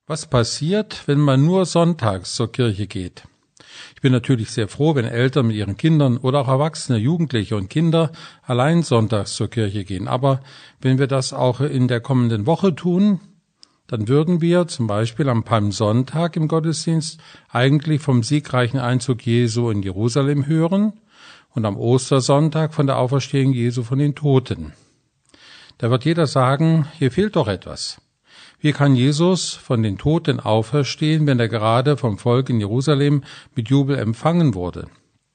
Was passiert, wenn man nur sonntags zur Kirche geht? Ich bin natürlich sehr froh, wenn Eltern mit ihren Kindern oder auch Erwachsene, Jugendliche und Kinder allein sonntags zur Kirche gehen. Aber wenn wir das auch in der kommenden Woche tun, dann würden wir zum Beispiel am Palmsonntag im Gottesdienst eigentlich vom siegreichen Einzug Jesu in Jerusalem hören und am Ostersonntag von der Auferstehung Jesu von den Toten. Da wird jeder sagen, hier fehlt doch etwas. Wie kann Jesus von den Toten auferstehen, wenn er gerade vom Volk in Jerusalem mit Jubel empfangen wurde?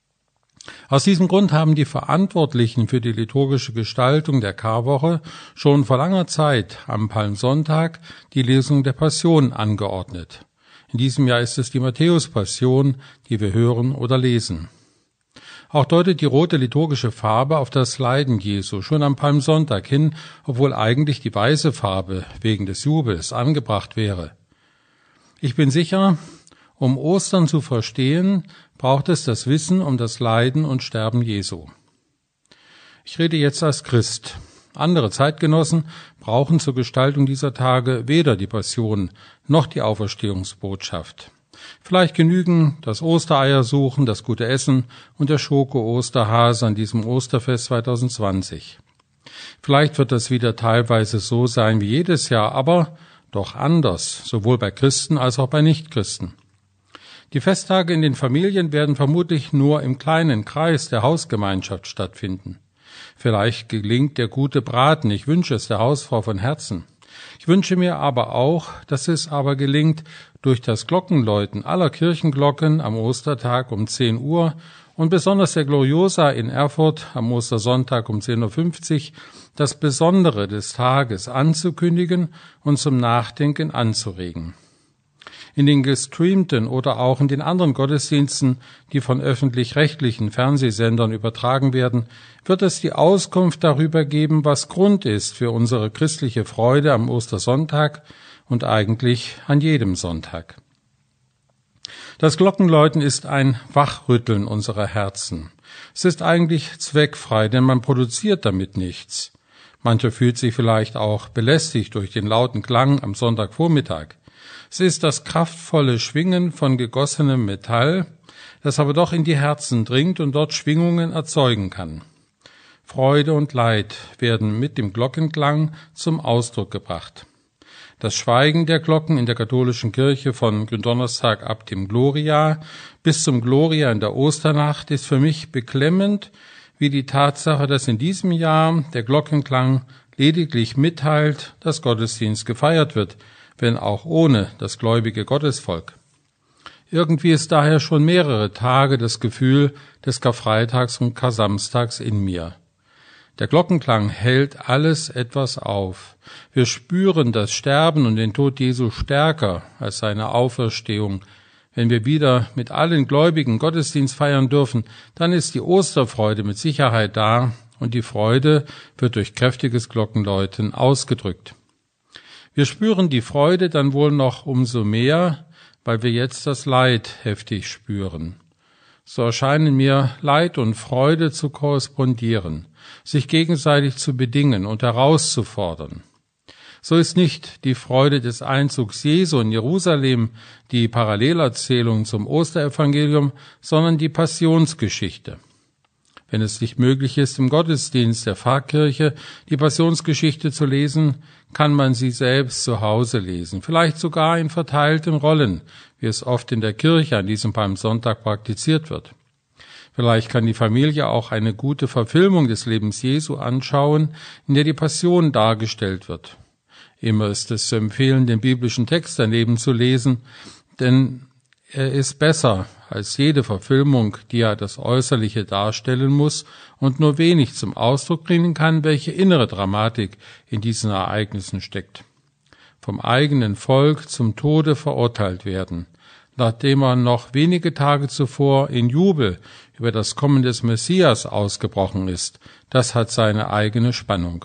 Aus diesem Grund haben die Verantwortlichen für die liturgische Gestaltung der Karwoche schon vor langer Zeit am Palmsonntag die Lesung der Passion angeordnet. In diesem Jahr ist es die Matthäus-Passion, die wir hören oder lesen. Auch deutet die rote liturgische Farbe auf das Leiden Jesu schon am Palmsonntag hin, obwohl eigentlich die weiße Farbe wegen des Jubels angebracht wäre. Ich bin sicher, um Ostern zu verstehen, braucht es das Wissen um das Leiden und Sterben Jesu. Ich rede jetzt als Christ. Andere Zeitgenossen brauchen zur Gestaltung dieser Tage weder die Passion noch die Auferstehungsbotschaft. Vielleicht genügen das Ostereier suchen, das gute Essen und der Schoko-Osterhase an diesem Osterfest 2020. Vielleicht wird das wieder teilweise so sein wie jedes Jahr, aber doch anders, sowohl bei Christen als auch bei Nichtchristen. Die Festtage in den Familien werden vermutlich nur im kleinen Kreis der Hausgemeinschaft stattfinden. Vielleicht gelingt der gute Braten, ich wünsche es der Hausfrau von Herzen. Ich wünsche mir aber auch, dass es aber gelingt, durch das Glockenläuten aller Kirchenglocken am Ostertag um 10 Uhr und besonders der Gloriosa in Erfurt am Ostersonntag um 10.50 Uhr das Besondere des Tages anzukündigen und zum Nachdenken anzuregen. In den gestreamten oder auch in den anderen Gottesdiensten, die von öffentlich-rechtlichen Fernsehsendern übertragen werden, wird es die Auskunft darüber geben, was Grund ist für unsere christliche Freude am Ostersonntag und eigentlich an jedem Sonntag. Das Glockenläuten ist ein Wachrütteln unserer Herzen. Es ist eigentlich zweckfrei, denn man produziert damit nichts. Mancher fühlt sich vielleicht auch belästigt durch den lauten Klang am Sonntagvormittag. Es ist das kraftvolle Schwingen von gegossenem Metall, das aber doch in die Herzen dringt und dort Schwingungen erzeugen kann. Freude und Leid werden mit dem Glockenklang zum Ausdruck gebracht. Das Schweigen der Glocken in der katholischen Kirche von Gründonnerstag ab dem Gloria bis zum Gloria in der Osternacht ist für mich beklemmend, wie die Tatsache, dass in diesem Jahr der Glockenklang lediglich mitteilt, dass Gottesdienst gefeiert wird, wenn auch ohne das gläubige Gottesvolk. Irgendwie ist daher schon mehrere Tage das Gefühl des Karfreitags und Kar-Samstags in mir. Der Glockenklang hält alles etwas auf. Wir spüren das Sterben und den Tod Jesu stärker als seine Auferstehung. Wenn wir wieder mit allen Gläubigen Gottesdienst feiern dürfen, dann ist die Osterfreude mit Sicherheit da und die Freude wird durch kräftiges Glockenläuten ausgedrückt. Wir spüren die Freude dann wohl noch umso mehr, weil wir jetzt das Leid heftig spüren. So erscheinen mir Leid und Freude zu korrespondieren, sich gegenseitig zu bedingen und herauszufordern. So ist nicht die Freude des Einzugs Jesu in Jerusalem die Parallelerzählung zum Osterevangelium, sondern die Passionsgeschichte. Wenn es nicht möglich ist, im Gottesdienst der Pfarrkirche die Passionsgeschichte zu lesen, kann man sie selbst zu Hause lesen, vielleicht sogar in verteilten Rollen, wie es oft in der Kirche an diesem Palmsonntag praktiziert wird. Vielleicht kann die Familie auch eine gute Verfilmung des Lebens Jesu anschauen, in der die Passion dargestellt wird. Immer ist es zu empfehlen, den biblischen Text daneben zu lesen, denn er ist besser als jede Verfilmung, die ja das Äußerliche darstellen muss und nur wenig zum Ausdruck bringen kann, welche innere Dramatik in diesen Ereignissen steckt. Vom eigenen Volk zum Tode verurteilt werden, nachdem man noch wenige Tage zuvor in Jubel über das Kommen des Messias ausgebrochen ist, das hat seine eigene Spannung.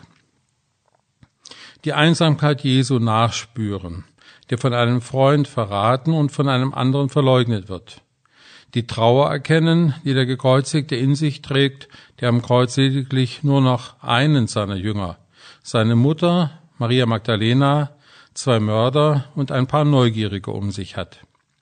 Die Einsamkeit Jesu nachspüren, der von einem Freund verraten und von einem anderen verleugnet wird. Die Trauer erkennen, die der Gekreuzigte in sich trägt, der am Kreuz lediglich nur noch einen seiner Jünger, seine Mutter Maria Magdalena, 2 Mörder und ein paar Neugierige um sich hat.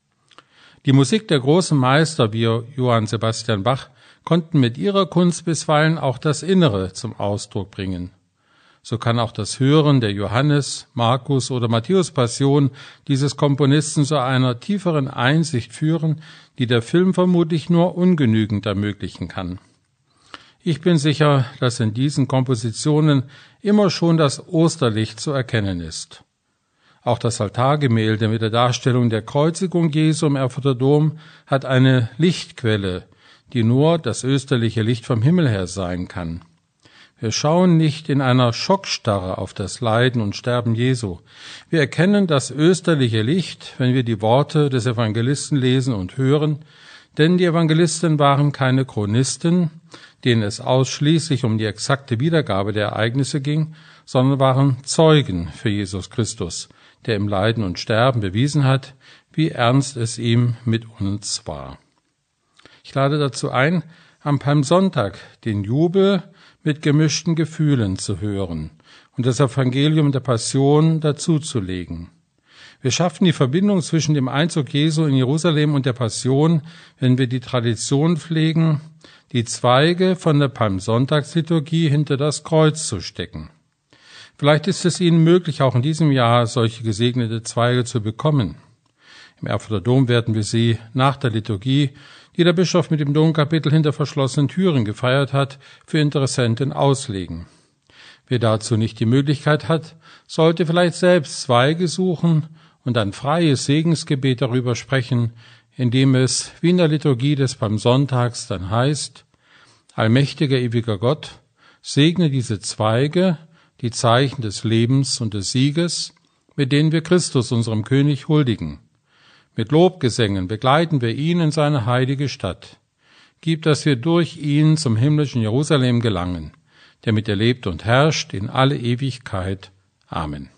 Die Musik der großen Meister wie Johann Sebastian Bach konnten mit ihrer Kunst bisweilen auch das Innere zum Ausdruck bringen. So kann auch das Hören der Johannes-, Markus- oder Matthäus-Passion dieses Komponisten zu einer tieferen Einsicht führen, die der Film vermutlich nur ungenügend ermöglichen kann. Ich bin sicher, dass in diesen Kompositionen immer schon das Osterlicht zu erkennen ist. Auch das Altargemälde mit der Darstellung der Kreuzigung Jesu im Erfurter Dom hat eine Lichtquelle, die nur das österliche Licht vom Himmel her sein kann. Wir schauen nicht in einer Schockstarre auf das Leiden und Sterben Jesu. Wir erkennen das österliche Licht, wenn wir die Worte des Evangelisten lesen und hören, denn die Evangelisten waren keine Chronisten, denen es ausschließlich um die exakte Wiedergabe der Ereignisse ging, sondern waren Zeugen für Jesus Christus, der im Leiden und Sterben bewiesen hat, wie ernst es ihm mit uns war. Ich lade dazu ein, am Palmsonntag den Jubel mit gemischten Gefühlen zu hören und das Evangelium der Passion dazuzulegen. Wir schaffen die Verbindung zwischen dem Einzug Jesu in Jerusalem und der Passion, wenn wir die Tradition pflegen, die Zweige von der Palmsonntagsliturgie hinter das Kreuz zu stecken. Vielleicht ist es Ihnen möglich, auch in diesem Jahr solche gesegnete Zweige zu bekommen. Im Erfurter Dom werden wir sie nach der Liturgie, die der Bischof mit dem Domkapitel hinter verschlossenen Türen gefeiert hat, für Interessenten auslegen. Wer dazu nicht die Möglichkeit hat, sollte vielleicht selbst Zweige suchen und ein freies Segensgebet darüber sprechen, indem es, wie in der Liturgie des Palmsonntags dann heißt: Allmächtiger, ewiger Gott, segne diese Zweige, die Zeichen des Lebens und des Sieges, mit denen wir Christus, unserem König, huldigen. Mit Lobgesängen begleiten wir ihn in seine heilige Stadt. Gib, dass wir durch ihn zum himmlischen Jerusalem gelangen, der mit dir lebt und herrscht in alle Ewigkeit. Amen.